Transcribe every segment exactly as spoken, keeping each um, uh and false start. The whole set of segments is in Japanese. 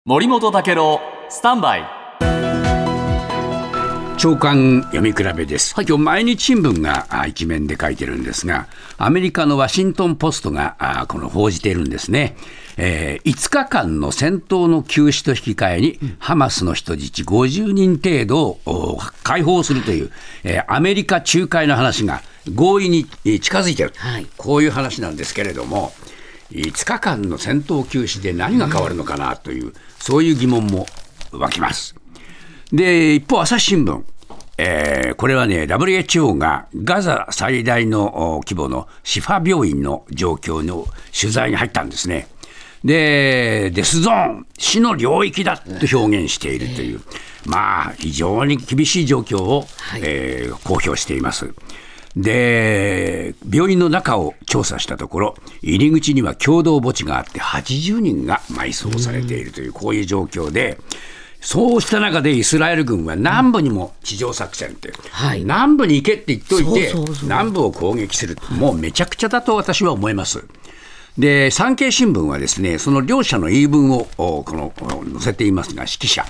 森本武郎スタンバイ朝刊読み比べです、はい、今日毎日新聞が一面で書いてるんですが、アメリカのワシントンポストがこの報じているんですね、えー、いつかかんの戦闘の休止と引き換えに、うん、ハマスの人質ごじゅうにん程度を解放するという、えー、アメリカ仲介の話が合意に近づいている、はい、こういう話なんですけれども、いつかかんの戦闘休止で何が変わるのかなという、うん、そういう疑問も湧きます。で、一方朝日新聞、えー、これはね ダブリューエイチオー がガザ最大の規模のシファ病院の状況の取材に入ったんですね。で、デスゾーン死の領域だと表現しているという、まあ非常に厳しい状況を、はいえー、公表しています。で、病院の中を調査したところ、入り口には共同墓地があってはちじゅうにんが埋葬されているという、こういう状況で、そうした中でイスラエル軍は南部にも地上作戦って、はい、南部に行けって言っといて、そうそうそう、南部を攻撃する、もうめちゃくちゃだと私は思います。で、産経新聞はですね、その両者の言い分をこの載せていますが、指揮者、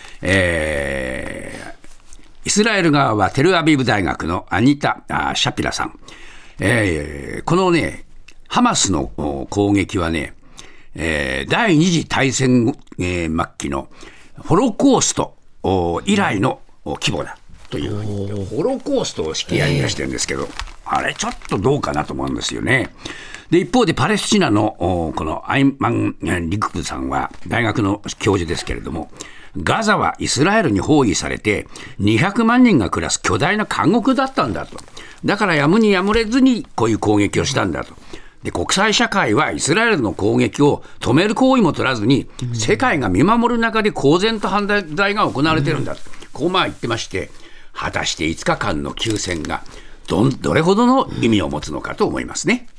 えーイスラエル側はテルアビブ大学のアニタ・シャピラさん、えー、このねハマスの攻撃はね、えー、第二次大戦、えー、末期のホロコースト以来の規模だというふうに、ホロコーストを引き合いに出してるんですけど、えー、あれちょっとどうかなと思うんですよね。で、一方でパレスチナのこのアイマン・リクプさんは大学の教授ですけれども、ガザはイスラエルに包囲されてにひゃくまんにんが暮らす巨大な監獄だったんだと。だからやむにやむれずにこういう攻撃をしたんだと。で、国際社会はイスラエルの攻撃を止める行為も取らずに、世界が見守る中で公然と犯罪が行われてるんだと、こうまあ言ってまして、果たしていつかかんの休戦が ど, どれほどの意味を持つのかと思いますね。